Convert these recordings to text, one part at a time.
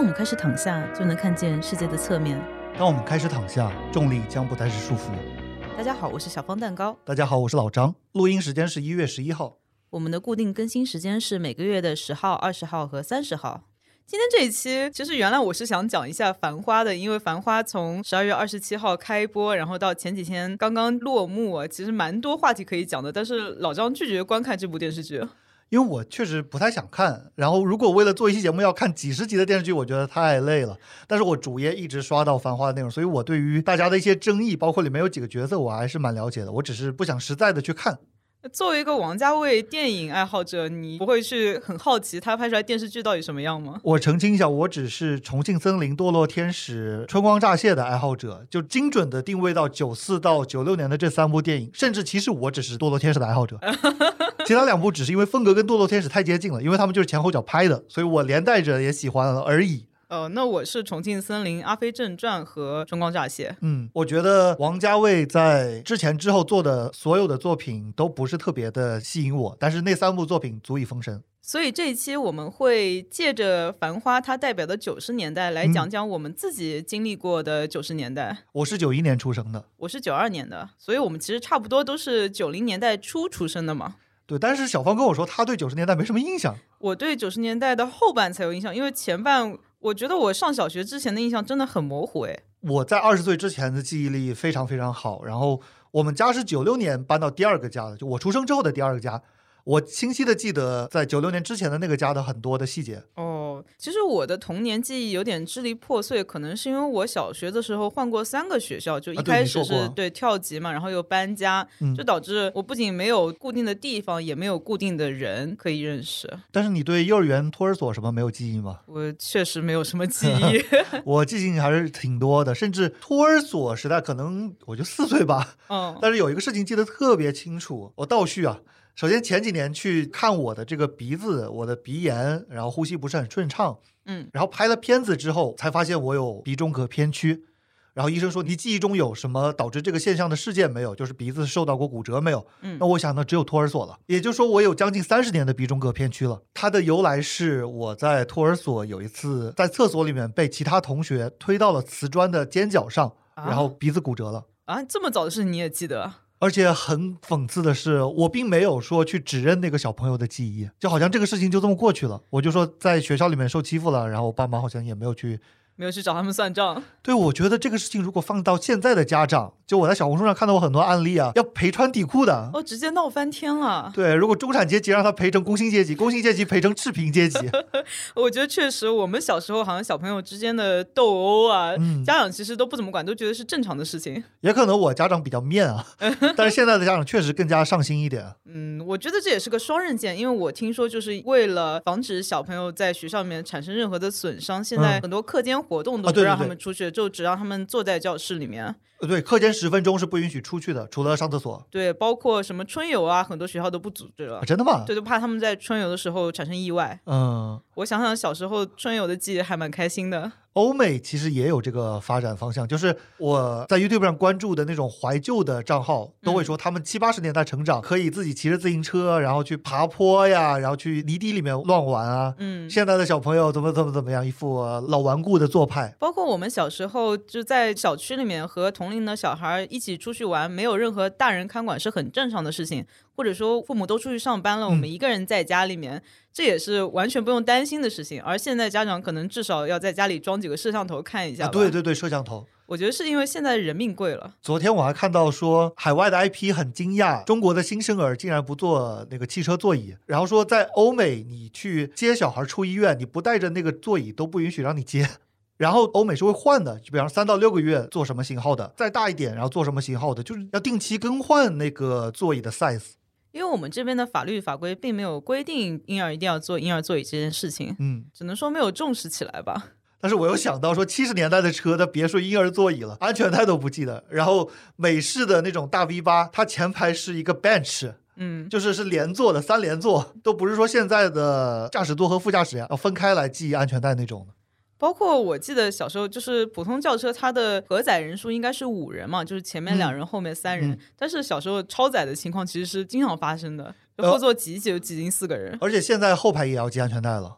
们开始躺下，就能看见世界的侧面。 当我们开始躺下，重力将不再是束缚。 大家好，我是小方蛋糕。 大家好，我是老张。录音时间是1月11号。 我们的固定更新时间是每个月的10号、20号和30号。今天这一期，其实原来我是想讲一下《繁花》的，因为《繁花》从12月27号开播，然后到前几天刚刚落幕啊，其实蛮多话题可以讲的。但是老张拒绝观看这部电视剧， 因为我确实不太想看，然后如果为了做一期节目要看几十集的电视剧，我觉得太累了。但是我主页一直刷到《繁花》的内容，所以我对于大家的一些争议，包括里面有几个角色，我还是蛮了解的。我只是不想实在的去看。 作为一个王家卫电影爱好者，你不会去很好奇他拍出来电视剧到底什么样吗？ 我澄清一下，我只是重庆森林、堕落天使、春光乍泄的爱好者，就精准的定位到94到96年的这3部电影，甚至其实我只是堕落天使的爱好者其他2部只是因为风格跟堕落天使太接近了，因为他们就是前后脚拍的，所以我连带着也喜欢了而已。 那我是重庆森林、阿飞正传和春光乍泄。 我觉得王家卫在之前之后做的所有的作品都不是特别的吸引我，但是那3部作品足以封神。 所以这一期我们会借着《繁花》它代表的90年代来讲讲我们自己经历过的90年代。 我是91年出生的， 我是92年的，所以我们其实差不多都是90年代初出生的嘛。 对，但是小芳跟我说他对90年代没什么印象。 我对90年代的后半才有印象，因为前半我觉得我上小学之前的印象真的很模糊。 我在20岁之前的记忆力非常非常好，然后我们家是96年搬到第2个家的，就我出生之后的第2个家。我清晰的记得在96年之前的那个家的很多的细节。 其实我的童年记忆有点支离破碎，可能是因为我小学的时候换过3个学校，就一开始是对跳级嘛，然后又搬家，就导致我不仅没有固定的地方，也没有固定的人可以认识。 但是你对幼儿园、托儿所什么没有记忆吗？ 我确实没有什么记忆我记性还是挺多的，甚至托儿所时代可能我就4岁吧。但是有一个事情记得特别清楚，我倒叙啊。首先前几年去看我的这个鼻子，我的鼻炎，然后呼吸不是很顺畅，然后拍了片子之后才发现我有鼻中隔偏曲，然后医生说你记忆中有什么导致这个现象的事件没有，就是鼻子受到过骨折没有。那我想呢只有托儿所了，也就是说我有将近30年的鼻中隔偏曲了。它的由来是我在托儿所有一次在厕所里面被其他同学推到了瓷砖的尖角上，然后鼻子骨折了。 这么早的事你也记得？ 而且很讽刺的是，我并没有说去指认那个小朋友的记忆，就好像这个事情就这么过去了。我就说在学校里面受欺负了，然后我爸妈好像也没有去找他们算账。 对，我觉得这个事情如果放到现在的家长，就我在小红书上看到过很多案例啊，要赔穿底裤的。 直接闹翻天了。 对，如果中产阶级让他赔成工薪阶级，工薪阶级赔成赤贫阶级我觉得确实我们小时候好像小朋友之间的斗殴啊，家长其实都不怎么管，都觉得是正常的事情。 也可能我家长比较面啊但是现在的家长确实更加上心一点。 我觉得这也是个双刃剑，因为我听说就是为了防止小朋友在学校里面产生任何的损伤，现在很多课间活动都不让他们出去，就只让他们坐在教室里面。 对，课间10分钟是不允许出去的，除了上厕所。 对，包括什么春游啊，很多学校都不组织了。 真的吗？ 对，就怕他们在春游的时候产生意外。我想想小时候春游的记忆还蛮开心的。 欧美其实也有这个发展方向，就是我在 YouTube 上关注的那种怀旧的账号都会说他们70、80年代成长，可以自己骑着自行车然后去爬坡呀，然后去泥地里面乱玩啊。现在的小朋友怎么样，一副老顽固的做派。 包括我们小时候就在小区里面和同龄的小孩一起出去玩，没有任何大人看管是很正常的事情，或者说父母都出去上班了，我们一个人在家里面，这也是完全不用担心的事情。而现在家长可能至少要在家里装几个摄像头看一下吧。 对，摄像头。 我觉得是因为现在人命贵了。 昨天我还看到说海外的 IP 很惊讶，中国的新生儿竟然不坐那个汽车座椅，然后说在欧美你去接小孩出医院，你不带着那个座椅都不允许让你接。然后欧美是会换的，就比方3到6个月做什么型号的，再大一点然后做什么型号的，就是要定期更换那个座椅的 size。 因为我们这边的法律法规并没有规定婴儿一定要坐婴儿座椅这件事情，只能说没有重视起来吧。 但是我又想到说70年代的车它别说婴儿座椅了，安全带都不系的，然后美式的那种大 V8 它前排是一个 bench，就是连坐的3连坐，都不是说现在的驾驶座和副驾驶呀要分开来系安全带那种的。 包括我记得小时候就是普通轿车它的荷载人数应该是5人嘛，就是前面2人后面3人，但是小时候超载的情况其实是经常发生的，后座挤一挤就挤进4个人。 而且现在后排也要系安全带了，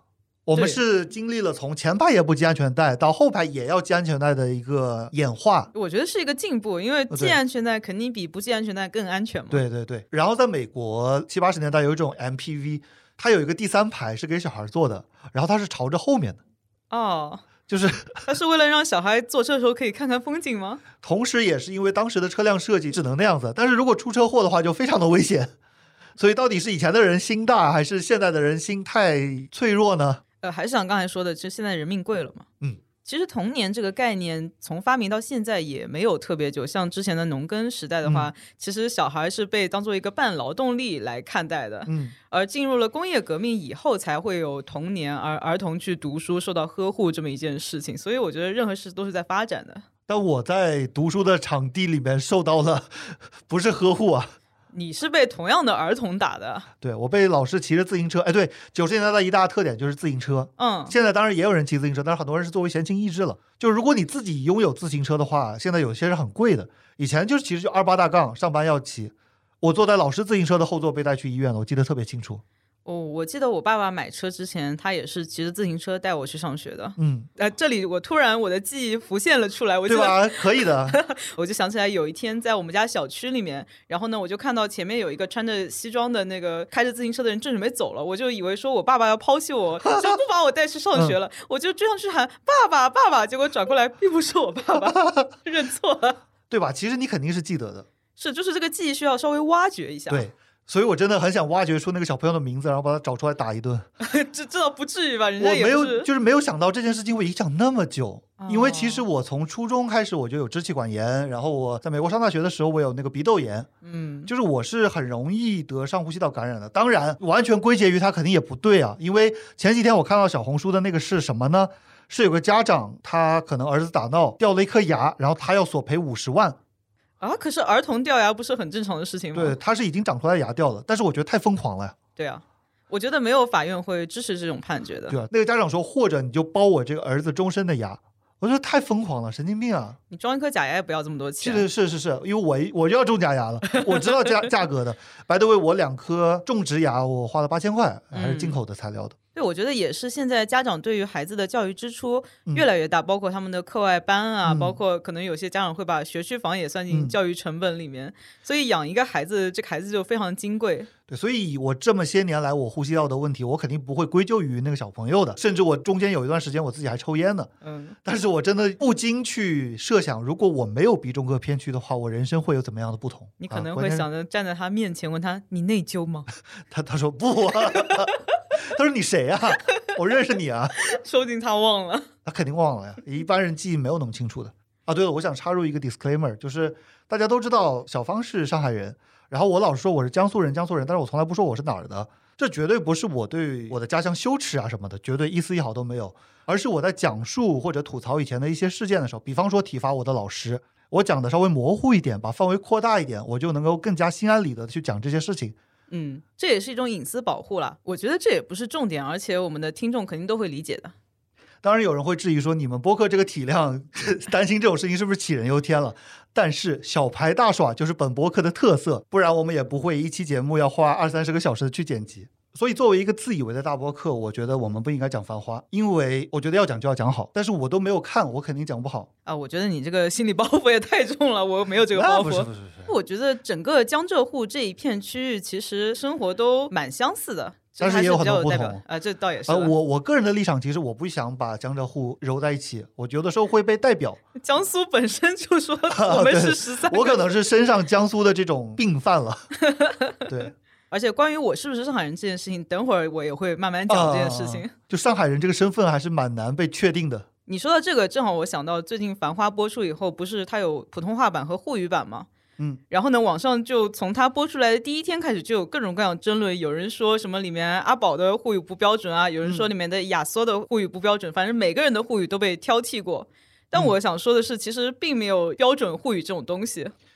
我们是经历了从前排也不系安全带到后排也要系安全带的一个演化， 我觉得是一个进步，因为系安全带肯定比不系安全带更安全嘛。 对对对。然后在美国70、80年代有一种 MPV， 它有一个第3排是给小孩坐的，然后它是朝着后面的。 哦， 就是它是为了让小孩坐车的时候可以看看风景吗？ 同时也是因为当时的车辆设计只能那样子，但是如果出车祸的话就非常的危险。所以到底是以前的人心大还是现在的人心太脆弱呢？ 还是像刚才说的，就现在人命贵了嘛。其实童年这个概念从发明到现在也没有特别久，像之前的农耕时代的话，其实小孩是被当做一个半劳动力来看待的。而进入了工业革命以后才会有童年而儿童去读书受到呵护这么一件事情，所以我觉得任何事都是在发展的。但我在读书的场地里面受到了不是呵护啊， 你是被同样的儿童打的。 对，我被老师骑着自行车。哎，对，90年代的一大特点就是自行车。现在当然也有人骑自行车，但是很多人是作为闲情逸致了。就是如果你自己拥有自行车的话，现在有些是很贵的。以前就是其实就28大杠，上班要骑。我坐在老师自行车的后座被带去医院了，我记得特别清楚。 我记得我爸爸买车之前他也是骑着自行车带我去上学的。这里我突然我的记忆浮现了出来，我记得对吧？可以的。 我就想起来有一天在我们家小区里面，然后呢我就看到前面有一个穿着西装的那个开着自行车的人正准备走了，我就以为说我爸爸要抛弃我，就不把我带去上学了。我就追上去喊爸爸爸爸，结果转过来并不是我爸爸，认错了。 对吧？其实你肯定是记得的。 是，就是这个记忆需要稍微挖掘一下。 对，所以我真的很想挖掘出那个小朋友的名字，然后把他找出来打一顿。 这倒不至于吧？人家也不是，我没有，就是没有想到这件事情会影响那么久。因为其实我从初中开始我就有支气管炎，然后我在美国上大学的时候我有那个鼻窦炎。就是我是很容易得上呼吸道感染的。当然完全归结于他肯定也不对啊，因为前几天我看到小红书的那个是什么呢？是有个家长他可能儿子打闹掉了一颗牙，然后他要索赔50万。 可是儿童掉牙不是很正常的事情吗？ 对，他是已经长出来牙掉了，但是我觉得太疯狂了呀。 对啊，我觉得没有法院会支持这种判决的。 对啊，那个家长说或者你就包我这个儿子终身的牙，我觉得太疯狂了，神经病啊！ 你装一颗假牙也不要这么多钱。 是，因为我就要种假牙了，我知道价格的。by the way，我2颗种植牙我花了8000块，还是进口的材料的。 对，我觉得也是现在家长对于孩子的教育支出越来越大，包括他们的课外班啊，包括可能有些家长会把学区房也算进教育成本里面，所以养一个孩子，这个孩子就非常金贵。 对，所以我这么些年来我呼吸道的问题我肯定不会归咎于那个小朋友的，甚至我中间有一段时间我自己还抽烟呢。但是我真的不禁去设想，如果我没有鼻中隔偏区的话，我人生会有怎么样的不同。 你可能会想着站在他面前问他，你内疚吗？ 他说不啊。他说你谁啊？我认识你啊。 说不定他忘了。 他肯定忘了呀，一般人记忆没有那么清楚的。对了，我想插入一个 disclaimer， 就是大家都知道小芳是上海人，然后我老是说我是江苏人，但是我从来不说我是哪儿的。这绝对不是我对我的家乡羞耻啊什么的，绝对一丝一毫都没有，而是我在讲述或者吐槽以前的一些事件的时候，比方说体罚我的老师，我讲的稍微模糊一点，把范围扩大一点，我就能够更加心安理得的去讲这些事情。 这也是一种隐私保护啦，我觉得这也不是重点，而且我们的听众肯定都会理解的。 当然有人会质疑说，你们播客这个体量担心这种事情是不是杞人忧天了，但是小牌大耍就是本播客的特色，不然我们也不会一期节目要花20-30个小时去剪辑。所以作为一个自以为的大播客，我觉得我们不应该讲繁花，因为我觉得要讲就要讲好，但是我都没有看，我肯定讲不好啊。我觉得你这个心理包袱也太重了，我没有这个包袱。不是，我觉得整个江浙沪这一片区域其实生活都蛮相似的， 但是也有很多不同啊。这倒也是。 我个人的立场，其实我不想把江浙沪揉在一起，我有的时候会被代表。 江苏本身就说我们是13个， 我可能是身上江苏的这种病犯了。对。 而且关于我是不是上海人这件事情，等会儿我也会慢慢讲这件事情。 就上海人这个身份还是蛮难被确定的。 你说到这个，正好我想到最近《繁花》播出以后，不是它有普通话版和沪语版吗？然后呢，网上就从它播出来的第一天开始就有各种各样争论，有人说什么里面阿宝的沪语不标准啊，有人说里面的亚索的沪语不标准，反正每个人的沪语都被挑剔过。但我想说的是，其实并没有标准沪语这种东西。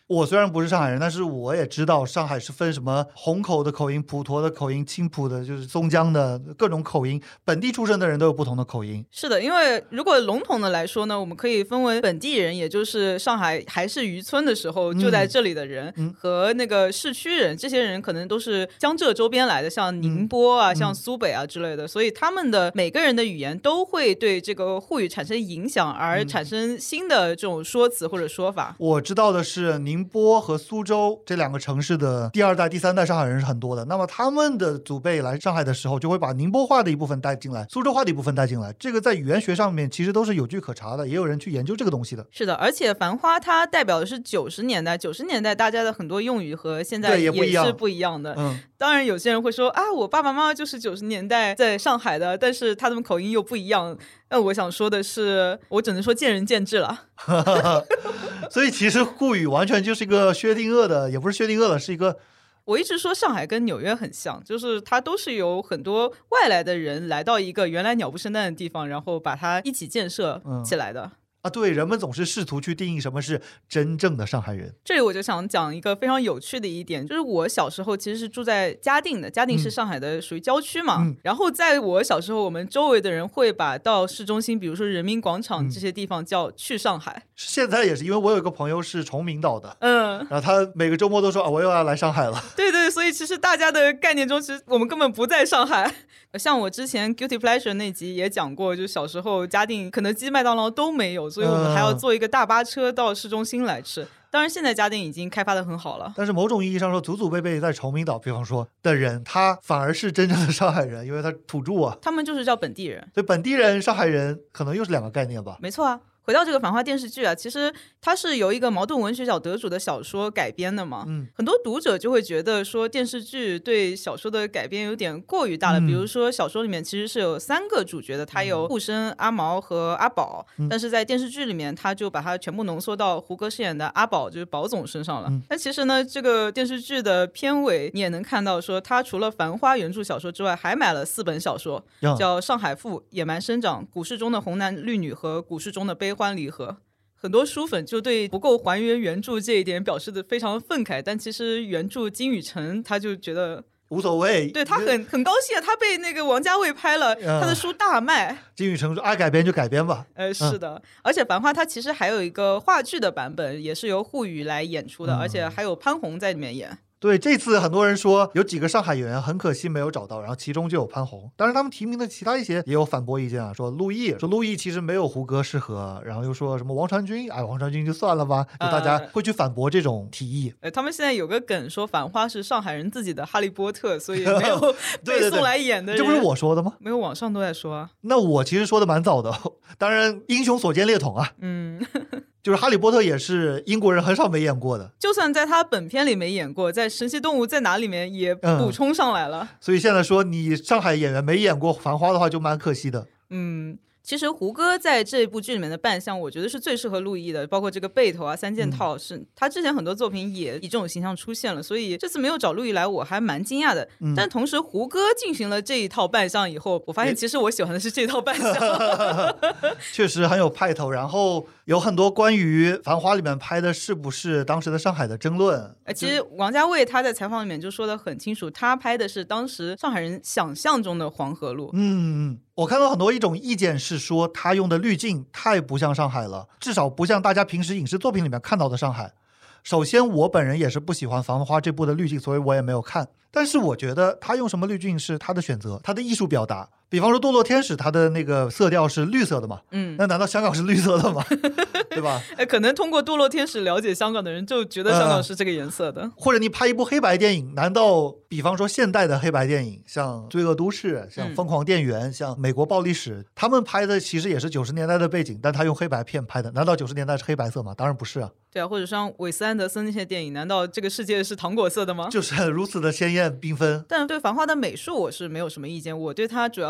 我虽然不是上海人，但是我也知道上海是分什么虹口的口音、普陀的口音、青浦的，就是松江的各种口音，本地出生的人都有不同的口音。 是的，因为如果笼统的来说呢，我们可以分为本地人，也就是上海还是渔村的时候就在这里的人，和那个市区人，这些人可能都是江浙周边来的，像宁波啊、像苏北啊之类的，所以他们的每个人的语言都会对这个沪语产生影响，而产生新的这种说辞或者说法。 我知道的是宁波和苏州这两个城市的第二代、第三代上海人是很多的，那么他们的祖辈来上海的时候就会把宁波话的一部分带进来，苏州话的一部分带进来，这个在语言学上面其实都是有据可查的，也有人去研究这个东西的。 是的，而且繁花它代表的是90年代，90年代大家的很多用语和现在也是不一样的。当然有些人会说啊，我爸爸妈妈就是90年代在上海的，但是他们口音又不一样。我想说的是，我只能说见仁见智了。 所以其实沪语完全就是一个薛定谔的，也不是薛定谔了，是一个。 我一直说上海跟纽约很像，就是它都是有很多外来的人来到一个原来鸟不生蛋的地方，然后把它一起建设起来的。 对，人们总是试图去定义什么是真正的上海人。 这里我就想讲一个非常有趣的一点，就是我小时候其实是住在嘉定的，嘉定是上海的属于郊区嘛，然后在我小时候，我们周围的人会把到市中心，比如说人民广场这些地方叫去上海。 现在也是，因为我有一个朋友是崇明岛的，然后他每个周末都说我又要来上海了。 对对，所以其实大家的概念中，其实我们根本不在上海。像我之前 Guilty Pleasure 那集也讲过，就小时候嘉定肯德基、麦当劳都没有，所以我们还要坐一个大巴车到市中心来吃。当然现在嘉定已经开发的很好了， 但是某种意义上说，祖祖辈辈在崇明岛比方说的人，他反而是真正的上海人，因为他土著啊， 他们就是叫本地人。 所以本地人上海人可能又是两个概念吧。 没错啊，回到这个繁花电视剧啊，其实它是由一个茅盾文学奖得主的小说改编的嘛。很多读者就会觉得说电视剧对小说的改编有点过于大了。比如说小说里面其实是有3个主角的，他有沪生、阿毛和阿宝，但是在电视剧里面他就把它全部浓缩到胡歌饰演的阿宝，就是宝总身上了。但其实呢，这个电视剧的片尾你也能看到说，他除了繁花原著小说之外，还买了4本小说，叫《上海赋》、《野蛮生长》、《股市中的红男绿女》和《股市中的悲欢离合》。很多书粉就对不够还原原著这一点表示的非常愤慨，但其实原著金宇澄他就觉得无所谓， 对，他很高兴啊，他被那个王家卫拍了，他的书大卖。 金宇澄说爱改编就改编吧。 是的，而且繁花它其实还有一个话剧的版本，也是由沪语来演出的，而且还有潘虹在里面演。 对，这次很多人说有几个上海演员很可惜没有找到，然后其中就有潘虹。当然他们提名的其他一些也有反驳意见啊，说陆毅其实没有胡歌适合，然后又说什么王传君，王传君就算了吧，就大家会去反驳这种提议。 他们现在有个梗说繁花是上海人自己的哈利波特，所以没有被送来演的人。 这不是我说的吗？ 没有，网上都在说啊。 那我其实说的蛮早的，当然英雄所见略同啊。就是哈利波特也是英国人很少没演过的， 就算在他本片里没演过，在神奇动物在哪里面也补充上来了。 所以现在说你上海演员没演过繁花的话就蛮可惜的。 其实胡歌在这部剧里面的扮相我觉得是最适合陆毅的，包括这个背头啊、3件套，是他之前很多作品也以这种形象出现了，所以这次没有找陆毅来我还蛮惊讶的。但同时胡歌进行了这一套扮相以后，我发现其实我喜欢的是这套扮相。 确实很有派头，然后有很多关于繁花里面拍的是不是当时的上海的争论。 其实王家卫他在采访里面就说得很清楚，他拍的是当时上海人想象中的黄河路。 我看到很多一种意见是说他用的滤镜太不像上海了，至少不像大家平时影视作品里面看到的上海。首先我本人也是不喜欢繁花这部的滤镜，所以我也没有看，但是我觉得他用什么滤镜是他的选择，他的艺术表达。比方说堕落天使他的那个色调是绿色的嘛，那难道香港是绿色的吗？对吧？ 可能通过堕落天使了解香港的人就觉得香港是这个颜色的。 或者你拍一部黑白电影，难道比方说现代的黑白电影像罪恶都市、像疯狂店员、像美国暴力史，他们拍的其实也是90年代的背景，但他用黑白片拍的，难道90年代是黑白色吗？当然不是啊。 对啊，或者像韦斯安德森那些电影，难道这个世界是糖果色的吗？ 就是如此的鲜艳缤纷。 但对繁花的美术我是没有什么意见，我对它主要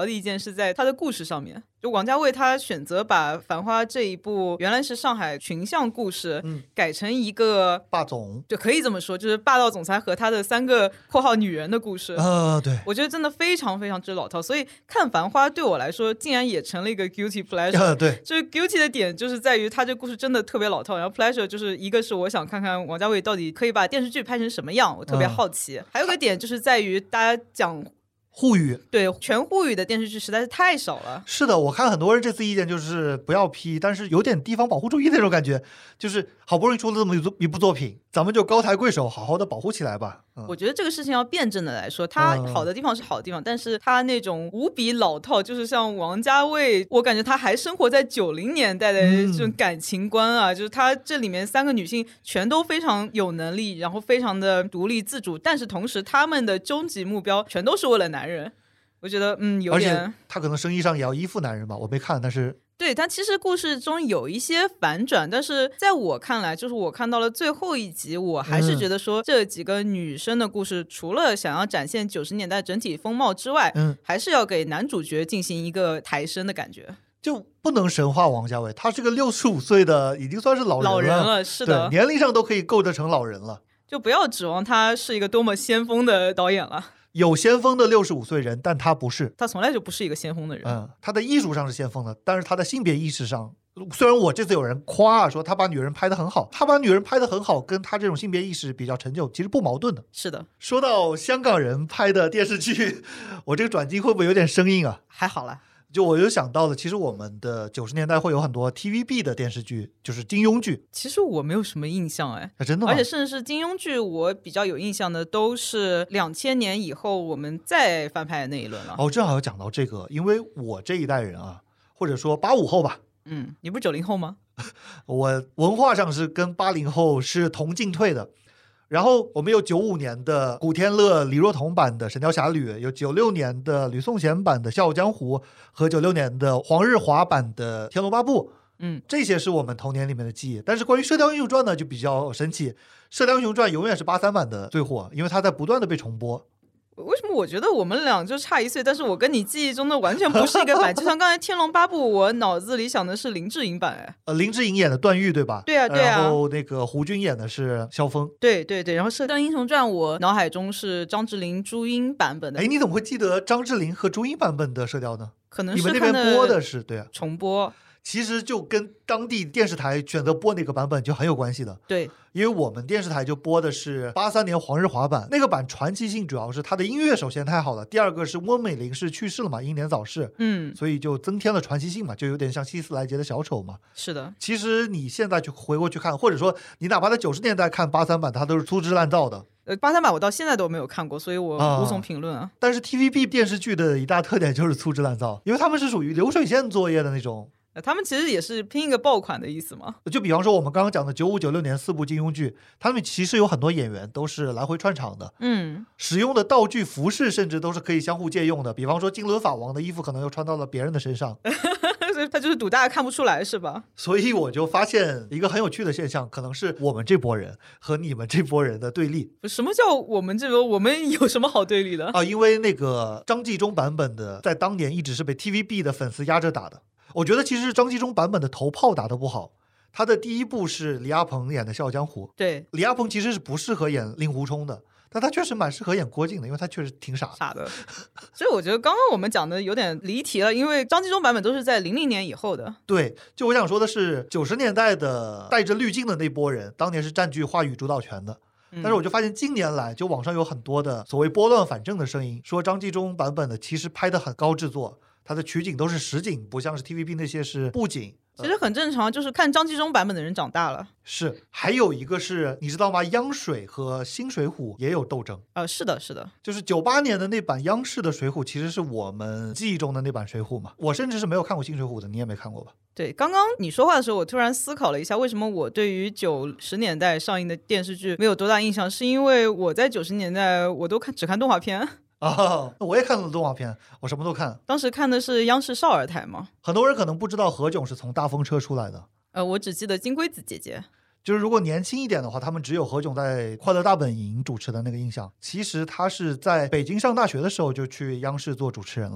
的意见是在他的故事上面。就王家卫他选择把《繁花》这一部原来是上海群像故事，改成一个霸总， 就可以这么说，就是霸道总裁和他的3个括号女人的故事。 对， 我觉得真的非常非常之老套，所以看《繁花》对我来说竟然也成了一个 guilty pleasure。 对， 就是 guilty 的点就是在于他这故事真的特别老套，然后 pleasure 就是一个是我想看看王家卫到底可以把电视剧拍成什么样，我特别好奇。还有个点就是在于大家讲沪语， 对，全沪语的电视剧实在是太少了。 是的，我看很多人这次意见就是不要批，但是有点地方保护主义那种感觉，就是好不容易出了这么一部作品，咱们就高抬贵手，好好的保护起来吧。 我觉得这个事情要辩证的来说，它好的地方是好的地方，但是它那种无比老套，就是像王家卫，我感觉他还生活在90年代的这种感情观啊，就是他这里面3个女性全都非常有能力，然后非常的独立自主，但是同时他们的终极目标全都是为了男人。我觉得有点， 而且他可能生意上也要依附男人吧，我没看，但是对，但其实故事中有一些反转，但是在我看来，就是我看到了最后一集，我还是觉得说这几个女生的故事，除了想要展现90年代整体风貌之外，还是要给男主角进行一个抬升的感觉。 就不能神化王家卫，他是个65岁的，已经算是老人了， 是的， 年龄上都可以够得成老人了， 就不要指望他是一个多么先锋的导演了。 有先锋的65岁人，但他不是， 他从来就不是一个先锋的人。 他的艺术上是先锋的，但是他的性别意识上，虽然我这次有人夸说他把女人拍得很好，他把女人拍得很好，跟他这种性别意识比较陈旧，其实不矛盾的。 是的。 说到香港人拍的电视剧，我这个转机会不会有点生硬啊？ 还好啦。 就我就想到了，其实我们的90年代会有很多 TVB 的电视剧，就是金庸剧。 其实我没有什么印象真的吗？ 而且甚至是金庸剧，我比较有印象的都是2000年以后我们再翻拍的那一轮了。 正好要讲到这个，因为我这一代人啊，或者说85后吧。 你不是90后吗？ 我文化上是跟80后是同进退的。然后我们有95年的古天乐、李若彤版的《神雕侠侣》，有96年的吕颂贤版的《笑傲江湖》，和96年的黄日华版的《天龙八部》。这些是我们童年里面的记忆。但是关于《射雕英雄传》呢，就比较神奇，《射雕英雄传》永远是83版的最火，因为它在不断的被重播。 为什么我觉得我们俩就差1岁，但是我跟你记忆中的完全不是一个版就像刚才《天龙八部》，我脑子里想的是林志颖版。 林志颖演的段誉对吧？ 对啊对啊。 然后那个胡军演的是萧峰。 对对对。然后《射雕英雄传》我脑海中是张智霖、朱茵版本的。 你怎么会记得张智霖和朱茵版本的射雕呢？ 可能是你们那边播的是对啊重播。 其实就跟当地电视台选择播哪个版本就很有关系的。 对， 因为我们电视台就播的是83年黄日华版，那个版传奇性主要是它的音乐首先太好了，第二个是翁美玲是去世了嘛，英年早逝，所以就增添了传奇性嘛，就有点像希斯莱杰的小丑嘛。 是的。 其实你现在去回过去看，或者说你哪怕在90年代看83版，它都是粗制滥造的。 83版我到现在都没有看过，所以我无从评论啊。 但是 TVB 电视剧的一大特点就是粗制滥造，因为他们是属于流水线作业的那种。 他们其实也是拼一个爆款的意思嘛。 就比方说我们刚刚讲的95、96年4部金庸剧，他们其实有很多演员都是来回串场的，使用的道具、服饰甚至都是可以相互借用的。比方说金轮法王的衣服可能又穿到了别人的身上， 他就是赌大家看不出来是吧？ 所以我就发现一个很有趣的现象，可能是我们这波人和你们这波人的对立。 什么叫我们这波？我们有什么好对立的啊？因为那个张纪中版本的在当年一直是被 TVB 的粉丝压着打的。我觉得其实张纪中版本的头炮打得不好，他的第一部是李亚鹏演的《笑傲江湖》。 对， 李亚鹏其实是不适合演令狐冲的，但他确实蛮适合演郭靖的，因为他确实挺傻的。所以我觉得刚刚我们讲的有点离题了，因为张纪中版本都是在00年以后的。 对，就我想说的是90年代的带着滤镜的那波人当年是占据话语主导权的。但是我就发现近年来就网上有很多的所谓拨乱反正的声音，说张纪中版本的其实拍得很高制作，它的取景都是实景，不像是 TVB 那些是布景。 其实很正常，就是看张纪中版本的人长大了。 是，还有一个是你知道吗？央水和新水浒也有斗争。 是的是的， 就是98年的那版央视的水浒其实是我们记忆中的那版水浒嘛。我甚至是没有看过新水浒的，你也没看过吧？ 对，刚刚你说话的时候我突然思考了一下，为什么我对于90年代上映的电视剧没有多大印象，是因为我在90年代我都只看动画片。 我也看了动画片，我什么都看。 当时看的是央视少儿台嘛。 很多人可能不知道何炅是从大风车出来的。 我只记得金龟子姐姐。 就是如果年轻一点的话，他们只有何炅在快乐大本营主持的那个印象。其实他是在北京上大学的时候就去央视做主持人了。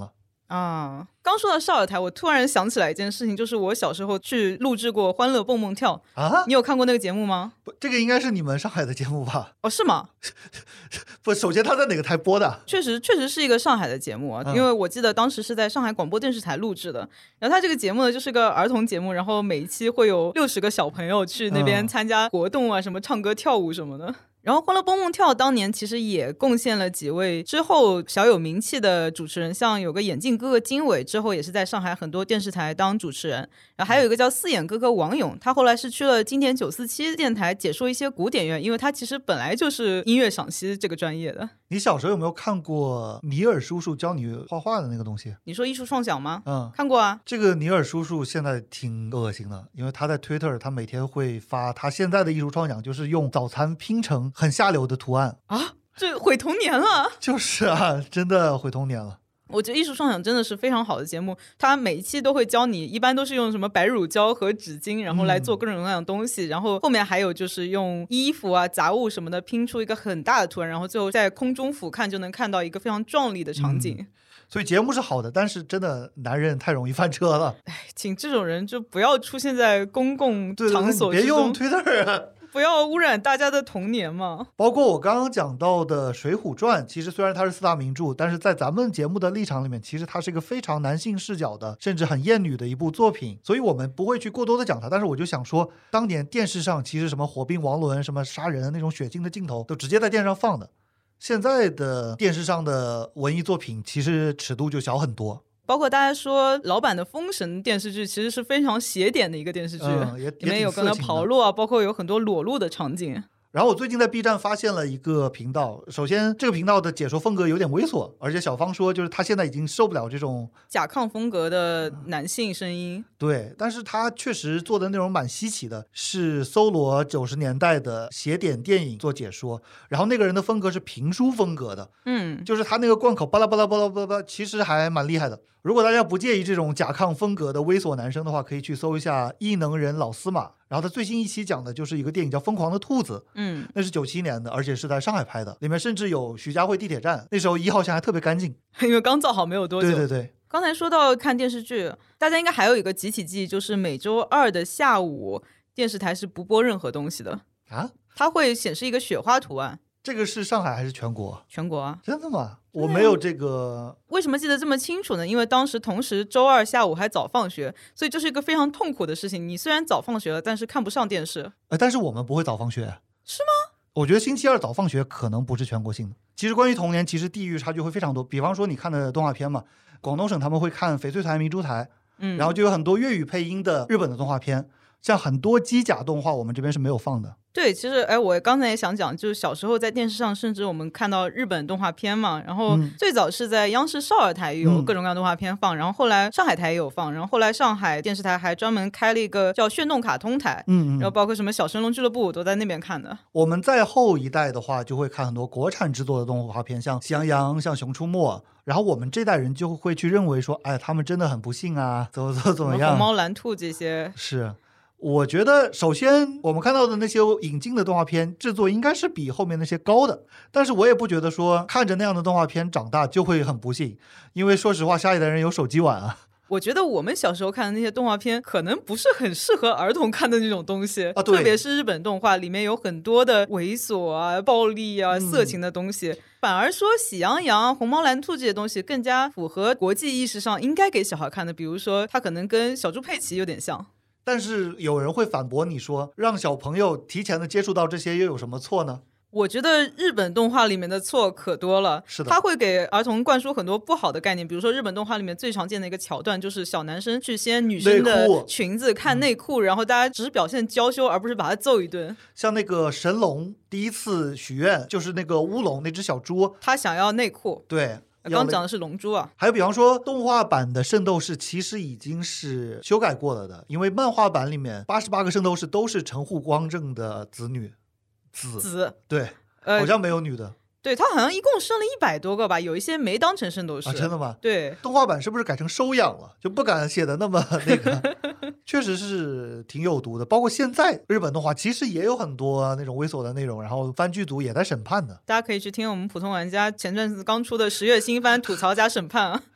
啊。刚说到少儿台，我突然想起来一件事情，就是我小时候去录制过《欢乐蹦蹦跳》啊，你有看过那个节目吗？ 不，这个应该是你们上海的节目吧？ 哦，是吗？ 不，首先他在哪个台播的？ 确实是一个上海的节目啊，因为我记得当时是在上海广播电视台录制的。然后他这个节目呢，就是个儿童节目，然后每一期会有60个小朋友去那边参加活动啊，什么唱歌跳舞什么的。然后《欢乐蹦蹦跳》当年其实也贡献了几位之后小有名气的主持人，像有个眼镜哥哥金伟，之后也是在上海很多电视台当主持人。然后还有一个叫四眼哥哥王勇，他后来是去了经典947电台解说一些古典乐，因为他其实本来就是音乐赏析这个专业的。 你小时候有没有看过尼尔叔叔教你画画的那个东西？ 你说艺术创想吗？看过啊。 这个尼尔叔叔现在挺恶心的，因为他在 Twitter 他每天会发他现在的艺术创想，就是用早餐拼成很下流的图案啊，这毁童年了。就是啊，真的毁童年了。 我觉得艺术创想真的是非常好的节目，它每一期都会教你，一般都是用什么白乳胶和纸巾，然后来做各种各样的东西，然后后面还有就是用衣服啊杂物什么的拼出一个很大的图案，然后最后在空中俯瞰就能看到一个非常壮丽的场景。 所以节目是好的，但是真的男人太容易翻车了。 请这种人就不要出现在公共场所之中， 别用 Twitter 啊， 不要污染大家的童年嘛。 包括我刚刚讲到的《水浒传》，其实虽然它是4大名著，但是在咱们节目的立场里面，其实它是一个非常男性视角的，甚至很厌女的一部作品，所以我们不会去过多的讲它。但是我就想说，当年电视上其实什么火并王伦、什么杀人那种血腥的镜头，都直接在电视上放的。现在的电视上的文艺作品其实尺度就小很多， 包括大家说老版的《封神》电视剧其实是非常邪典的一个电视剧，里面有跟他跑路啊，包括有很多裸露的场景。 然后我最近在 B 站发现了一个频道，首先这个频道的解说风格有点猥琐，而且小芳说就是他现在已经受不了这种甲亢风格的男性声音。 对，但是他确实做的内容蛮稀奇的，是搜罗90年代的邪典电影做解说，然后那个人的风格是评书风格的，就是他那个贯口巴拉巴拉巴拉巴拉，其实还蛮厉害的。如果大家不介意这种甲亢风格的猥琐男生的话，可以去搜一下异能人老司马，然后他最新一期讲的就是一个电影叫《疯狂的兔子》，那是97年的，而且是在上海拍的，里面甚至有徐家汇地铁站，那时候1号线还特别干净， 因为刚造好没有多久。 对对对。 刚才说到看电视剧，大家应该还有一个集体记忆，就是每周2的下午电视台是不播任何东西的啊， 它会显示一个雪花图案。 这个是上海还是全国？ 全国啊。 真的吗？我没有这个。 为什么记得这么清楚呢？因为当时同时周2下午还早放学，所以这是一个非常痛苦的事情。你虽然早放学了，但是看不上电视。 但是我们不会早放学。 是吗？ 我觉得星期2早放学可能不是全国性的。其实关于童年，其实地域差距会非常多。比方说你看的动画片嘛，广东省他们会看翡翠台、明珠台，然后就有很多粤语配音的日本的动画片，像很多机甲动画我们这边是没有放的。 对，其实我刚才也想讲，就是小时候在电视上，甚至我们看到日本动画片嘛，然后最早是在央视少儿台有各种各样的动画片放，然后后来上海台也有放，然后后来上海电视台还专门开了一个叫炫动卡通台，然后包括什么小神龙俱乐部都在那边看的。 我们在后一代的话，就会看很多国产制作的动画片，像喜羊羊、像熊出没，然后我们这代人就会去认为说，哎，他们真的很不幸啊，怎么样， 红猫蓝兔这些是。我觉得首先我们看到的那些引进的动画片制作应该是比后面那些高的，但是我也不觉得说看着那样的动画片长大就会很不幸，因为说实话下一代人有手机玩啊。 我觉得我们小时候看的那些动画片可能不是很适合儿童看的那种东西啊， 特别是日本动画里面有很多的猥琐啊、暴力啊、色情的东西，反而说喜羊羊、红猫蓝兔这些东西更加符合国际意识上应该给小孩看的，比如说它可能跟小猪佩奇有点像。 但是有人会反驳你说，让小朋友提前的接触到这些又有什么错呢？ 我觉得日本动画里面的错可多了， 是的， 他会给儿童灌输很多不好的概念，比如说日本动画里面最常见的一个桥段就是小男生去掀女生的裙子看内裤，然后大家只是表现娇羞而不是把他揍一顿。 像那个神龙第一次许愿就是那个乌龙那只小猪， 他想要内裤。 对， 刚讲的是龙珠啊。 还有比方说动画版的圣斗士其实已经是修改过了的，因为漫画版里面88个圣斗士都是神户光正的子女。子对，好像没有女的。 对，他好像一共生了100多个吧，有一些没当成圣斗士。 真的吗？ 对， 动画版是不是改成收养了，就不敢写的那么那个确实是挺有毒的。包括现在日本动画其实也有很多那种猥琐的内容，然后番剧组也在审判的。 大家可以去听我们普通玩家前阵子刚出的10月新番吐槽加审判啊。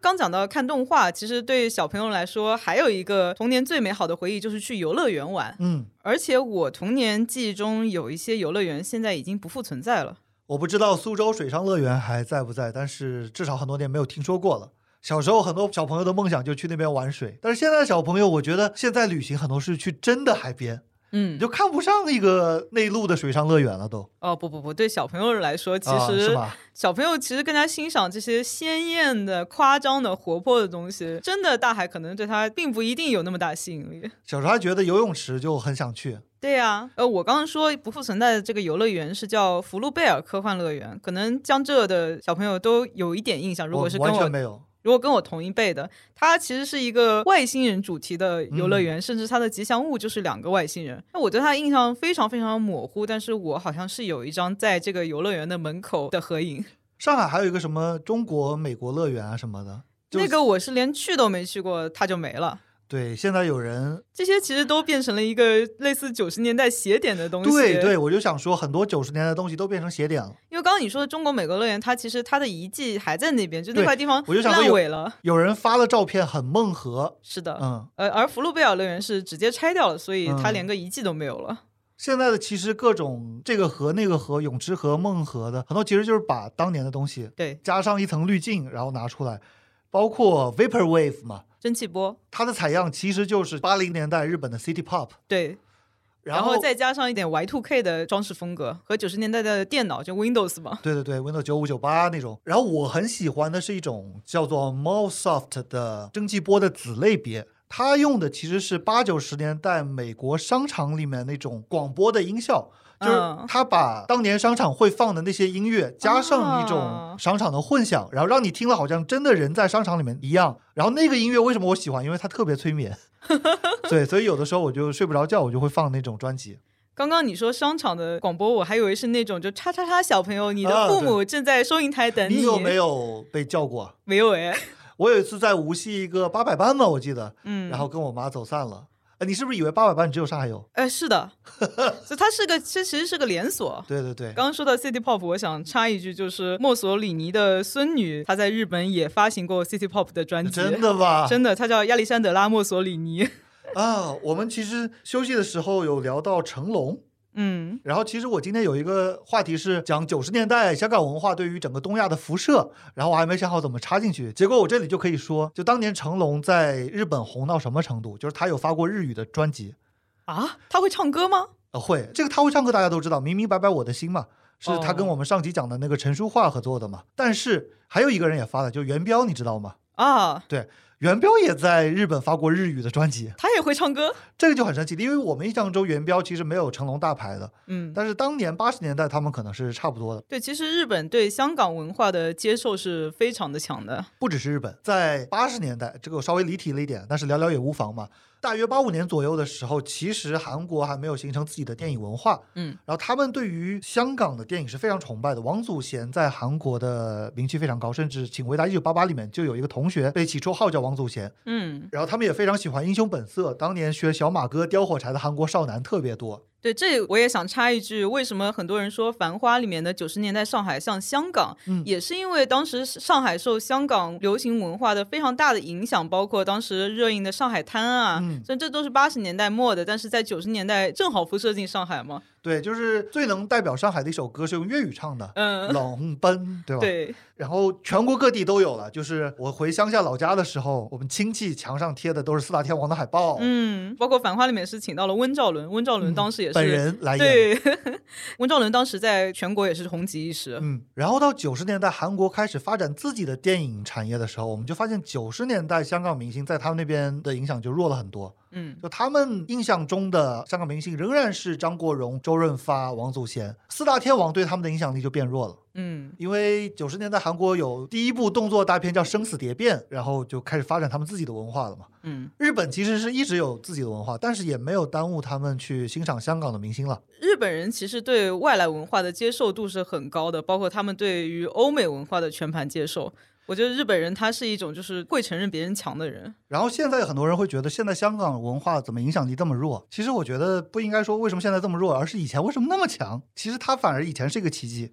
刚讲到看动画，其实对小朋友来说还有一个童年最美好的回忆就是去游乐园玩。而且我童年记忆中有一些游乐园现在已经不复存在了。 我不知道苏州水上乐园还在不在，但是至少很多年没有听说过了。小时候很多小朋友的梦想就去那边玩水，但是现在的小朋友我觉得现在旅行很多是去真的海边，你就看不上一个内陆的水上乐园了都。 不，对小朋友来说，其实小朋友其实更加欣赏这些鲜艳的、夸张的、活泼的东西。真的大海可能对他并不一定有那么大吸引力。 小时候还觉得游泳池就很想去。 对呀，我刚刚说不复存在的这个游乐园是叫福禄贝尔科幻乐园，可能江浙的小朋友都有一点印象。如果是跟完全没有。 如果跟我同一辈的，它其实是一个外星人主题的游乐园，甚至它的吉祥物就是2个外星人。那我对它的印象非常非常模糊，但是我好像是有一张在这个游乐园的门口的合影。 上海还有一个什么中国美国乐园啊什么的， 那个我是连去都没去过，它就没了。 对，现在有人这些其实都变成了一个类似90年代邪典的东西。 对，我就想说很多90年代的东西都变成邪典了。 因为刚刚你说的中国美国乐园，它其实它的遗迹还在那边，就那块地方烂尾了。 有人发了照片很梦合。 是的，而福禄贝尔乐园是直接拆掉了，所以它连个遗迹都没有了。 现在的其实各种这个河那个河泳池河梦河的很多其实就是把当年的东西对加上一层滤镜然后拿出来，包括 Vaporwave 嘛， 蒸汽波， 它的采样其实就是80年代日本的 City Pop。 对，然后再加上一点 Y2K 的装饰风格和90年代的电脑就 Windows 嘛。 对 Windows 95、98那种。然后我很喜欢的是一种叫做 Mousesoft 的蒸汽波的子类别，它用的其实是80、90年代美国商场里面那种广播的音效，就是他把当年商场会放的那些音乐加上一种商场的混响，然后让你听了好像真的人在商场里面一样。然后那个音乐为什么我喜欢？因为它特别催眠。对，所以有的时候我就睡不着觉，我就会放那种专辑。 刚刚你说商场的广播，我还以为是那种就叉叉叉小朋友，你的父母正在收银台等你。 你有没有被叫过？ 没有哎。 我有一次在无锡一个800班吧，我记得，然后跟我妈走散了。你是不是以为800班只有上海有？ 是的，所以它其实是个连锁。 对。 刚刚说到 City Pop， 我想插一句，就是墨索里尼的孙女，她在日本也发行过 City Pop 的专辑。 真的吗？ 真的，她叫亚历山德拉·墨索里尼。 我们其实休息的时候有聊到成龙。然后其实我今天有一个话题是讲90年代香港文化对于整个东亚的辐射，然后我还没想好怎么插进去，结果我这里就可以说，就当年成龙在日本红到什么程度，就是他有发过日语的专辑。 他会唱歌吗？ 会，这个他会唱歌大家都知道，明明白白我的心嘛，是他跟我们上集讲的那个陈淑桦合作的嘛。但是还有一个人也发的，就元彪，你知道吗？对，元彪也在日本发过日语的专辑。 他也会唱歌？ 这个就很神奇，因为我们印象中元彪其实没有成龙大牌的。但是当年80年代他们可能是差不多的。 对，其实日本对香港文化的接受是非常的强的。 不只是日本，在80年代，这个我稍微离题了一点，但是聊聊也无妨嘛。大约85年左右的时候，其实韩国还没有形成自己的电影文化。然后他们对于香港的电影是非常崇拜的。王祖贤在韩国的名气非常高，甚至《请回答1988》里面就有一个同学被起绰号叫王祖贤。然后他们也非常喜欢《英雄本色》，当年学小马哥叼火柴的韩国少男特别多。 对，这我也想插一句，为什么很多人说《繁花》里面的90年代上海像香港，也是因为当时上海受香港流行文化的非常大的影响，包括当时热映的上海滩啊，所以这都是80年代末的，但是在90年代正好辐射进上海嘛。 对，就是最能代表上海的一首歌是用粤语唱的，冷奔，对吧？ 对。 然后全国各地都有了，就是我回乡下老家的时候，我们亲戚墙上贴的都是四大天王的海报。 包括《繁花》里面是请到了温兆伦，温兆伦当时也是本人来演。 对，温兆伦当时在全国也是红极一时。 然后到90年代韩国开始发展自己的电影产业的时候，我们就发现90年代香港明星在他们那边的影响就弱了很多。就他们印象中的香港明星仍然是张国荣、周润发、王祖贤，四大天王对他们的影响力就变弱了。因为90年代韩国有第一部动作大片叫《生死蝶变》，然后就开始发展他们自己的文化了嘛。日本其实是一直有自己的文化，但是也没有耽误他们去欣赏香港的明星了。 日本人其实对外来文化的接受度是很高的，包括他们对于欧美文化的全盘接受。我觉得日本人他是一种就是会承认别人强的人。 然后现在很多人会觉得现在香港文化怎么影响力这么弱，其实我觉得不应该说为什么现在这么弱，而是以前为什么那么强。其实它反而以前是一个奇迹。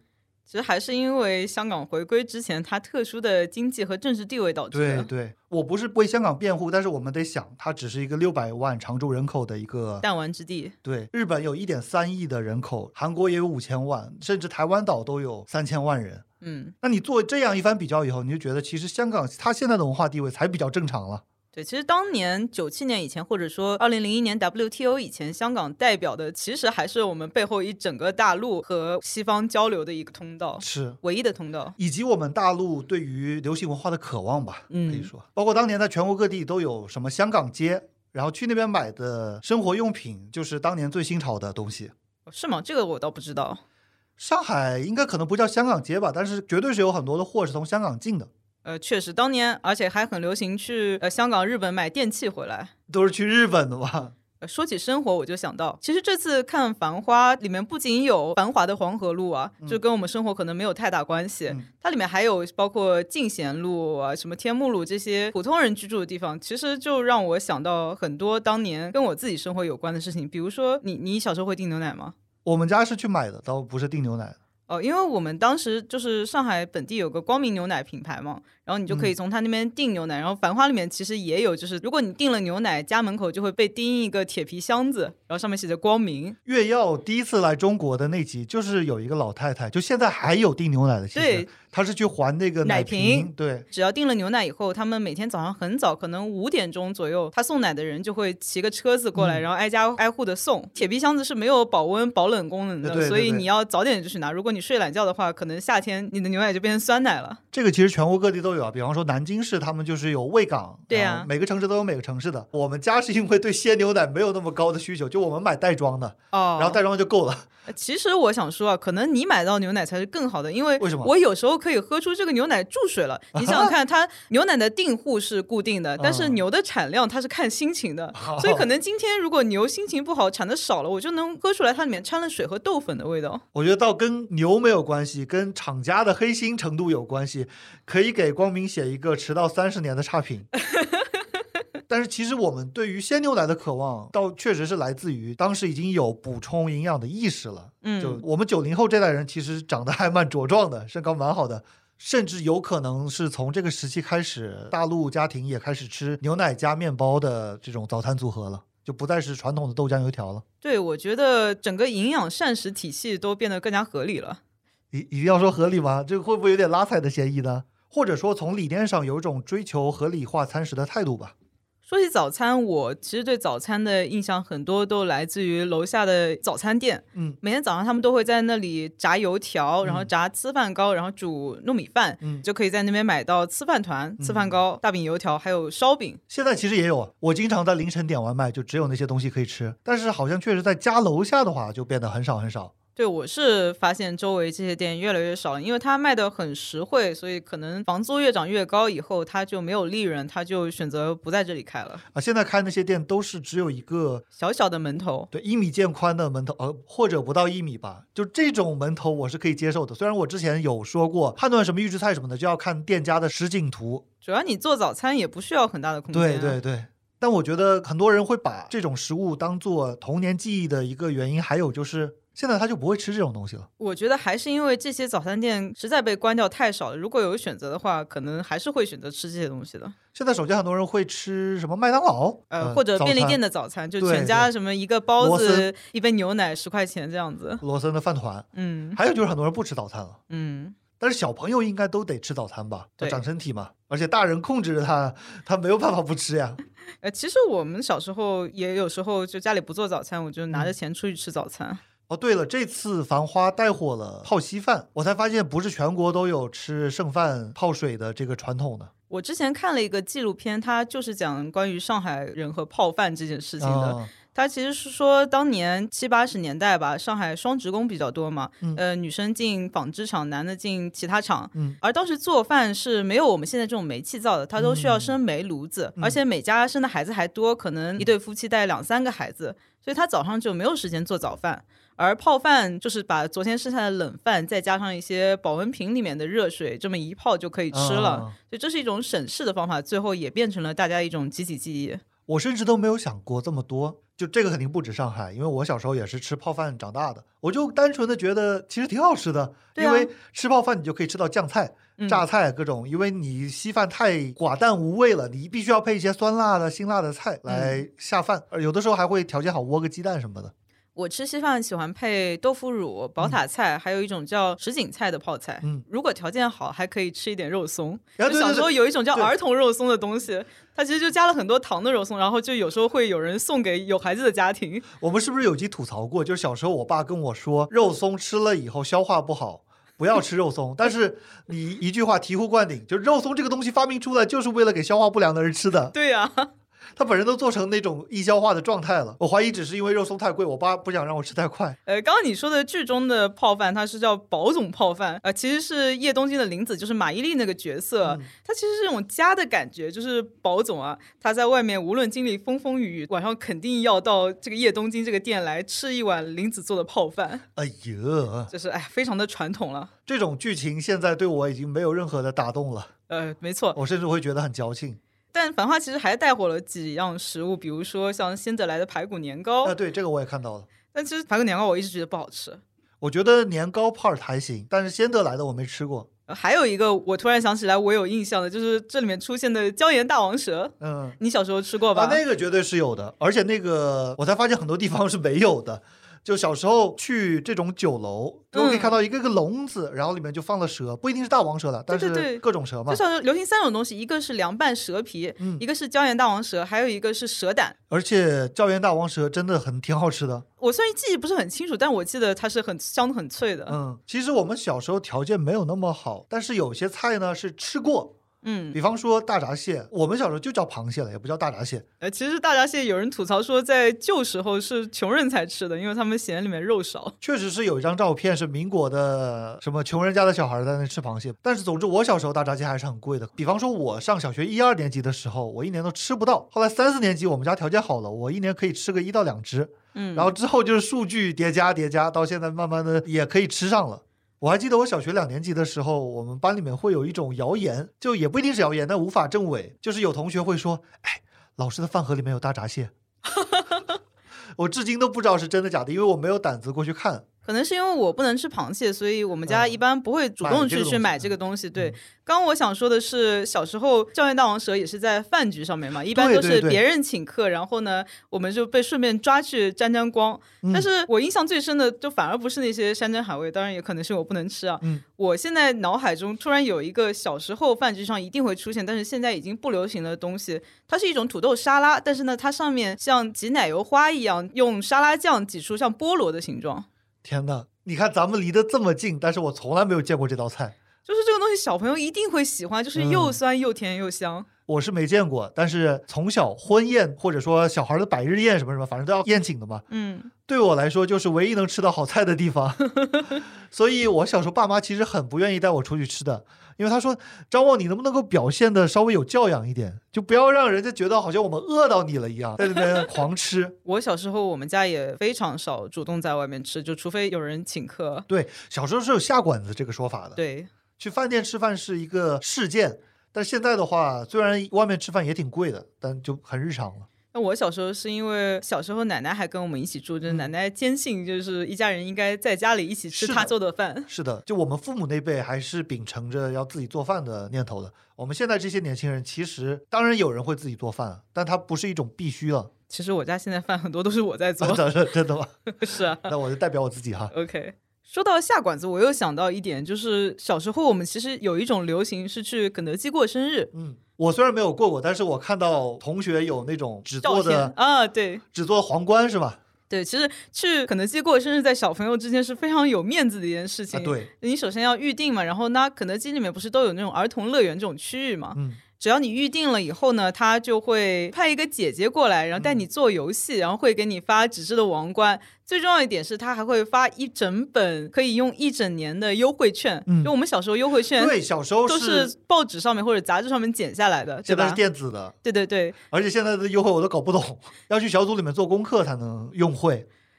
其实还是因为香港回归之前它特殊的经济和政治地位导致的。 对，我不是为香港辩护，但是我们得想，它只是一个600万常住人口的一个弹丸之地。 对，日本有1.3亿的人口，韩国也有5000万，甚至台湾岛都有3000万人。那你做这样一番比较以后，你就觉得其实香港它现在的文化地位才比较正常了。 对，其实当年97年以前，或者说2001年 WTO 以前，香港代表的其实还是我们背后一整个大陆和西方交流的一个通道， 是唯一的通道， 以及我们大陆对于流行文化的渴望吧，可以说，包括当年在全国各地都有什么香港街，然后去那边买的生活用品就是当年最新潮的东西。 是吗？这个我倒不知道。 上海应该可能不叫香港街吧，但是绝对是有很多的货是从香港进的。 确实，当年而且还很流行去香港、日本买电器回来， 都是去日本的吧。 说起生活，我就想到，其实这次看《繁花》里面不仅有繁华的黄河路啊，就跟我们生活可能没有太大关系，它里面还有包括进贤路啊、什么天目路这些普通人居住的地方，其实就让我想到很多当年跟我自己生活有关的事情。比如说，你小时候会订牛奶吗？ 我们家是去买的，倒不是订牛奶的。 因为我们当时就是上海本地有个光明牛奶品牌嘛，然后你就可以从他那边订牛奶，然后繁花里面其实也有，就是如果你订了牛奶，家门口就会被钉一个铁皮箱子，然后上面写着光明。 月曜第一次来中国的那集就是有一个老太太，就现在还有订牛奶的，其实对， 她是去还那个奶瓶，对， 只要订了牛奶以后，他们每天早上很早，可能5点钟左右，他送奶的人就会骑个车子过来，然后挨家挨户的送。铁皮箱子是没有保温保冷功能的， 对， 所以你要早点就去拿。如果你睡懒觉的话，可能夏天你的牛奶就变成酸奶了。 这个其实全国各地都有啊，比方说南京市他们就是有卫岗， 对啊， 每个城市都有每个城市的。我们家是因为对鲜牛奶没有那么高的需求，就我们买袋装的，然后袋装就够了。 其实我想说啊，可能你买到牛奶才是更好的，因为为什么？ 我有时候可以喝出这个牛奶注水了。你想想看，它牛奶的订户是固定的，但是牛的产量它是看心情的，所以可能今天如果牛心情不好，产的少了，我就能喝出来它里面掺了水和豆粉的味道。 我觉得倒跟牛没有关系，跟厂家的黑心程度有关系。可以给光明写一个迟到30年的差评。但是其实我们对于鲜牛奶的渴望倒确实是来自于当时已经有补充营养的意识了。就我们90后这代人其实长得还蛮茁壮的，身高蛮好的，甚至有可能是从这个时期开始，大陆家庭也开始吃牛奶加面包的这种早餐组合了，就不再是传统的豆浆油条了。 对，我觉得整个营养膳食体系都变得更加合理了。 一定要说合理吗？这个会不会有点拉踩的嫌疑呢？或者说从理念上有一种追求合理化餐食的态度吧。 说起早餐，我其实对早餐的印象很多都来自于楼下的早餐店。每天早上他们都会在那里炸油条，然后炸粢饭糕，然后煮糯米饭，就可以在那边买到粢饭团、粢饭糕、大饼油条还有烧饼。 现在其实也有，我经常在凌晨点外卖，就只有那些东西可以吃，但是好像确实在家楼下的话就变得很少很少。 对，我是发现周围这些店越来越少了，因为它卖的很实惠，所以可能房租越涨越高以后，它就没有利润，它就选择不在这里开了。 现在开那些店都是只有一个小小的门头， 对，1米见宽的门头，或者不到1米吧，就这种门头我是可以接受的。虽然我之前有说过，判断什么预制菜什么的就要看店家的实景图， 主要你做早餐也不需要很大的空间。 对对对。但我觉得很多人会把这种食物当做童年记忆的一个原因，还有就是现在他就不会吃这种东西了。 我觉得还是因为这些早餐店实在被关掉太少了，如果有选择的话，可能还是会选择吃这些东西的。 现在首先很多人会吃什么麦当劳， 或者便利店的早餐，就全家什么一个包子一杯牛奶10块钱这样子。 罗森的饭团，还有就是很多人不吃早餐了，但是小朋友应该都得吃早餐吧，要长身体嘛，而且大人控制着他没有办法不吃呀。 其实我们小时候也有时候就家里不做早餐，我就拿着钱出去吃早餐。 对了，这次繁花带火了泡稀饭，我才发现不是全国都有吃剩饭泡水的这个传统的。 我之前看了一个纪录片，它就是讲关于上海人和泡饭这件事情的。他其实是说当年70、80年代吧，上海双职工比较多嘛，女生进纺织厂，男的进其他厂，而当时做饭是没有我们现在这种煤气灶的，他都需要生煤炉子，而且每家生的孩子还多，可能一对夫妻带2、3个孩子，所以他早上就没有时间做早饭。而泡饭就是把昨天剩下的冷饭再加上一些保温瓶里面的热水，这么一泡就可以吃了，所以这是一种省事的方法，最后也变成了大家一种集体记忆。 我甚至都没有想过这么多，就这个肯定不止上海，因为我小时候也是吃泡饭长大的，我就单纯的觉得其实挺好吃的，因为吃泡饭你就可以吃到酱菜、榨菜各种，因为你稀饭太寡淡无味了，你必须要配一些酸辣的辛辣的菜来下饭，有的时候还会条件好窝个鸡蛋什么的。 我吃稀饭喜欢配豆腐乳、宝塔菜，还有一种叫什锦菜的泡菜。如果条件好，还可以吃一点肉松。就小时候有一种叫儿童肉松的东西，它其实就加了很多糖的肉松，然后就有时候会有人送给有孩子的家庭。 我们是不是有集吐槽过？就是小时候我爸跟我说，肉松吃了以后消化不好，不要吃肉松。但是你一句话醍醐灌顶，就是肉松这个东西发明出来就是为了给消化不良的人吃的。 对呀。 他本人都做成那种易消化的状态了，我怀疑只是因为肉松太贵，我爸不想让我吃太快。 刚刚你说的剧中的泡饭，它是叫宝总泡饭，其实是叶东京的林子，就是马伊琍那个角色，它其实是这种家的感觉，就是宝总啊，他在外面无论经历风风雨雨，晚上肯定要到这个叶东京这个店来吃一碗林子做的泡饭。 哎呀， 就是非常的传统了。 这种剧情现在对我已经没有任何的打动了。 没错， 我甚至会觉得很矫情。 但繁花其实还带火了几样食物，比如说像仙得来的排骨年糕。 对，这个我也看到了。 但其实排骨年糕我一直觉得不好吃。 我觉得年糕 part 还行，但是仙得来的我没吃过。 还有一个我突然想起来我有印象的，就是这里面出现的椒盐大王蛇。你小时候吃过吧？ 那个绝对是有的，而且那个我才发现很多地方是没有的。就小时候去这种酒楼，都可以看到一个个笼子，然后里面就放了蛇，不一定是大王蛇了，但是各种蛇嘛。 就小时候流行3种东西，一个是凉拌蛇皮，一个是椒盐大王蛇，还有一个是蛇胆。 而且椒盐大王蛇真的挺好吃的。 我虽然记忆不是很清楚，但我记得它是很香很脆的。 其实我们小时候条件没有那么好，但是有些菜呢是吃过。比方说大闸蟹，我们小时候就叫螃蟹了，也不叫大闸蟹。 其实大闸蟹有人吐槽说在旧时候是穷人才吃的，因为他们嫌里面肉少。 确实是有一张照片是民国的什么穷人家的小孩在那吃螃蟹，但是总之我小时候大闸蟹还是很贵的。比方说我上小学1、2年级的时候，我一年都吃不到，后来3、4年级我们家条件好了，我一年可以吃个1到2只。然后之后就是数据叠加，到现在慢慢的也可以吃上了。我还记得我小学2年级的时候，我们班里面会有一种谣言，就也不一定是谣言，但无法证伪，就是有同学会说，老师的饭盒里面有大闸蟹。我至今都不知道是真的假的，因为我没有胆子过去看。 可能是因为我不能吃螃蟹，所以我们家一般不会主动去买这个东西。对，刚我想说的是，小时候椒盐大王蛇也是在饭局上面嘛，一般都是别人请客，然后呢，我们就被顺便抓去沾沾光。但是我印象最深的，就反而不是那些山珍海味，当然也可能是我不能吃啊。我现在脑海中突然有一个小时候饭局上一定会出现，但是现在已经不流行的东西，它是一种土豆沙拉，但是呢，它上面像挤奶油花一样，用沙拉酱挤出像菠萝的形状。 天哪，你看咱们离得这么近，但是我从来没有见过这道菜。 就是这个东西小朋友一定会喜欢，就是又酸又甜又香。 我是没见过，但是从小婚宴或者说小孩的百日宴什么什么，反正都要宴请的嘛。对我来说就是唯一能吃到好菜的地方。所以我小时候爸妈其实很不愿意带我出去吃的，因为他说张望你能不能够表现的稍微有教养一点，就不要让人家觉得好像我们饿到你了一样，在那边狂吃。 我小时候我们家也非常少主动在外面吃，就除非有人请客。 对，小时候是有下馆子这个说法的。 对， 去饭店吃饭是一个事件，但现在的话虽然外面吃饭也挺贵的，但就很日常了。 那我小时候是因为小时候奶奶还跟我们一起住，就是奶奶坚信就是一家人应该在家里一起吃她做的饭。 是的，就我们父母那辈还是秉承着要自己做饭的念头的。我们现在这些年轻人其实当然有人会自己做饭，但它不是一种必须了。 其实我家现在饭很多都是我在做。 真的吗？ 是啊。 那我就代表我自己哈。 OK， 说到下馆子，我又想到一点，就是小时候我们其实有一种流行是去肯德基过生日。 我虽然没有过，但是我看到同学有那种纸做的对， 纸做的皇冠是吧？ 对，其实去肯德基过生日在小朋友之间是非常有面子的一件事情。 对， 你首先要预定嘛，然后呢，肯德基里面不是都有那种儿童乐园这种区域嘛？只要你预定了以后呢，他就会派一个姐姐过来，然后带你做游戏，然后会给你发纸质的王冠。最重要一点是他还会发一整本可以用1整年的优惠券。就我们小时候优惠券， 对，小时候都是报纸上面或者杂志上面剪下来的， 现在是电子的。 对对对， 而且现在的优惠我都搞不懂，要去小组里面做功课才能用会。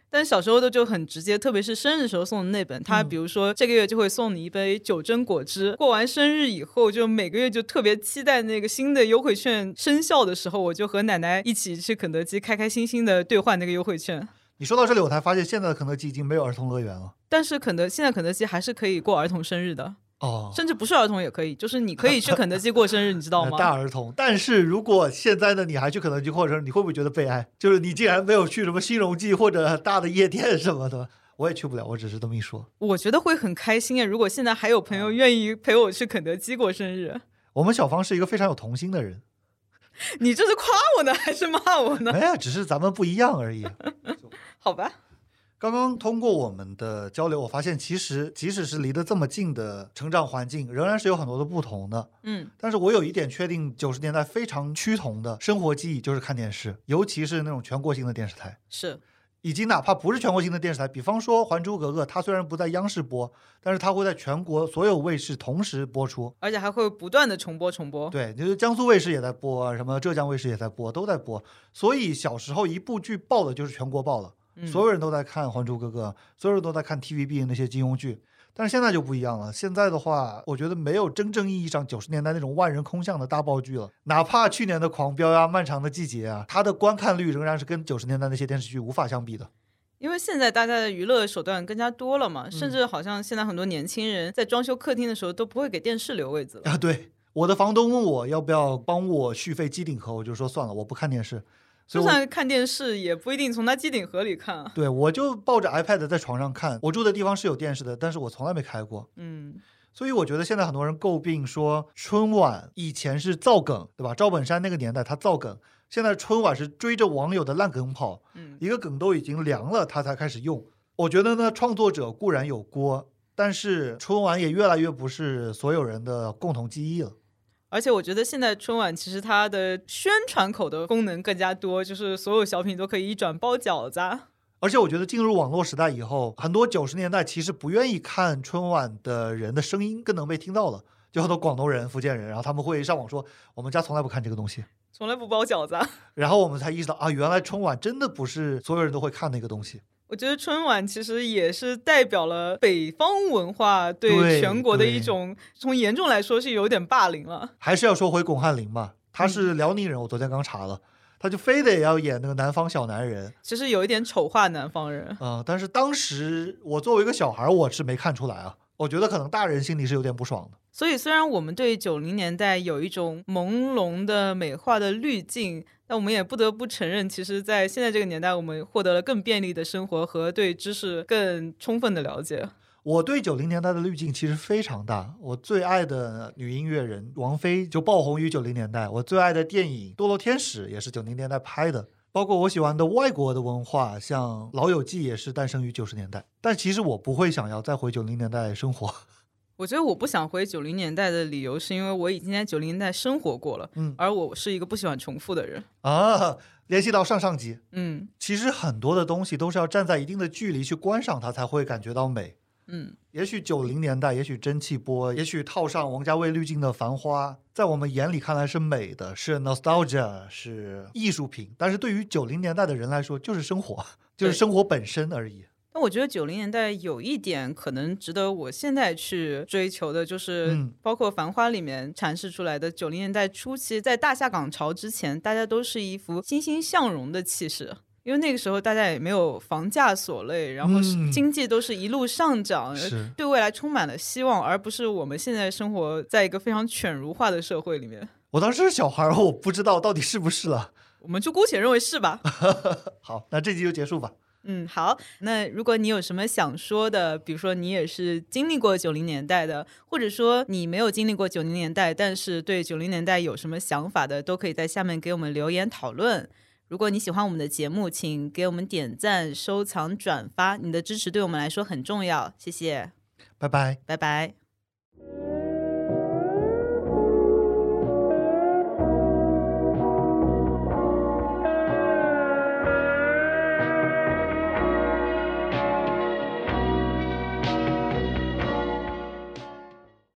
但小时候的就很直接，特别是生日时候送的那本，他比如说这个月就会送你一杯九珍果汁，过完生日以后就每个月就特别期待那个新的优惠券生效的时候，我就和奶奶一起去肯德基开开心心的兑换那个优惠券。 你说到这里我才发现现在的肯德基已经没有儿童乐园了， 但是现在肯德基还是可以过儿童生日的甚至不是儿童也可以，就是你可以去肯德基过生日你知道吗？ 大儿童。但是如果现在的你还去肯德基过生日，你会不会觉得悲哀？就是你竟然没有去什么新荣记或者大的夜店什么的。我也去不了，我只是这么一说。 我觉得会很开心如果现在还有朋友愿意陪我去肯德基过生日。 我们小芳是一个非常有童心的人。 你这是夸我呢还是骂我呢？ 没有，只是咱们不一样而已。 好吧。 刚刚通过我们的交流，我发现其实即使是离得这么近的成长环境，仍然是有很多的不同的。但是我有一点确定，90年代非常趋同的生活记忆就是看电视，尤其是那种全国性的电视台。 是。 以及哪怕不是全国性的电视台，比方说《还珠格格》，它虽然不在央视播，但是它会在全国所有卫视同时播出， 而且还会不断的重播。 对，就是江苏卫视也在播，什么浙江卫视也在播，都在播。所以小时候一部剧爆的就是全国爆了，所有人都在看《还珠格格》，所有人都在看 TVB 那些金庸剧。但是现在就不一样了，现在的话我觉得没有真正意义上90年代那种万人空巷的大爆剧了。哪怕去年的狂飙呀、漫长的季节啊，它的观看率仍然是跟90年代那些电视剧无法相比的。 因为现在大家的娱乐手段更加多了嘛，甚至好像现在很多年轻人在装修客厅的时候都不会给电视留位子了对，我的房东问我要不要帮我续费机顶盒，我就说算了，我不看电视。 就算看电视也不一定从他机顶盒里看对，我就抱着 iPad 在床上看。我住的地方是有电视的，但是我从来没开过。所以我觉得现在很多人诟病说春晚以前是造梗，对吧？赵本山那个年代他造梗，现在春晚是追着网友的烂梗跑，一个梗都已经凉了他才开始用。我觉得呢，创作者固然有锅，但是春晚也越来越不是所有人的共同记忆了。 而且我觉得现在春晚其实它的宣传口的功能更加多，就是所有小品都可以一转包饺子。 而且我觉得进入网络时代以后，很多90年代其实不愿意看春晚的人的声音更能被听到了，就很多广东人、福建人，然后他们会上网说我们家从来不看这个东西， 从来不包饺子。 然后我们才意识到啊，原来春晚真的不是所有人都会看那个东西。 我觉得春晚其实也是代表了北方文化对全国的一种，从严重来说是有点霸凌了。 还是要说回巩汉林嘛，他是辽宁人，我昨天刚查了，他就非得要演那个南方小男人， 其实有一点丑化南方人。 但是当时我作为一个小孩我是没看出来啊，我觉得可能大人心里是有点不爽的。 所以虽然我们对90年代有一种朦胧的美化的滤镜，但我们也不得不承认，其实在现在这个年代我们获得了更便利的生活和对知识更充分的了解。 我对90年代的滤镜其实非常大，我最爱的女音乐人王菲就爆红于90年代，我最爱的电影《堕落天使》也是90年代拍的，包括我喜欢的外国的文化，像《老友记》也是诞生于90年代。但其实我不会想要再回90年代生活。 我觉得我不想回90年代的理由是因为我已经在90年代生活过了，而我是一个不喜欢重复的人啊。联系到上集，其实很多的东西都是要站在一定的距离去观赏它才会感觉到美。也许90年代，也许蒸汽波，也许套上王家卫滤镜的繁花，在我们眼里看来是美的，是 nostalgia， 是艺术品，但是对于90年代的人来说就是生活，就是生活本身而已。 但我觉得90年代有一点可能值得我现在去追求的，就是包括《繁花》里面阐释出来的90年代初期，在大下岗潮之前，大家都是一副欣欣向荣的气势，因为那个时候大家也没有房价所累，然后经济都是一路上涨，对未来充满了希望，而不是我们现在生活在一个非常犬儒化的社会里面。 我当时是小孩，我不知道到底是不是了， 我们就姑且认为是吧。 好，那这集就结束吧。 好，那如果你有什么想说的，比如说你也是经历过90年代的，或者说你没有经历过90年代，但是对90年代有什么想法的，都可以在下面给我们留言讨论。如果你喜欢我们的节目，请给我们点赞、收藏、转发，你的支持对我们来说很重要，谢谢。 拜拜。 拜拜。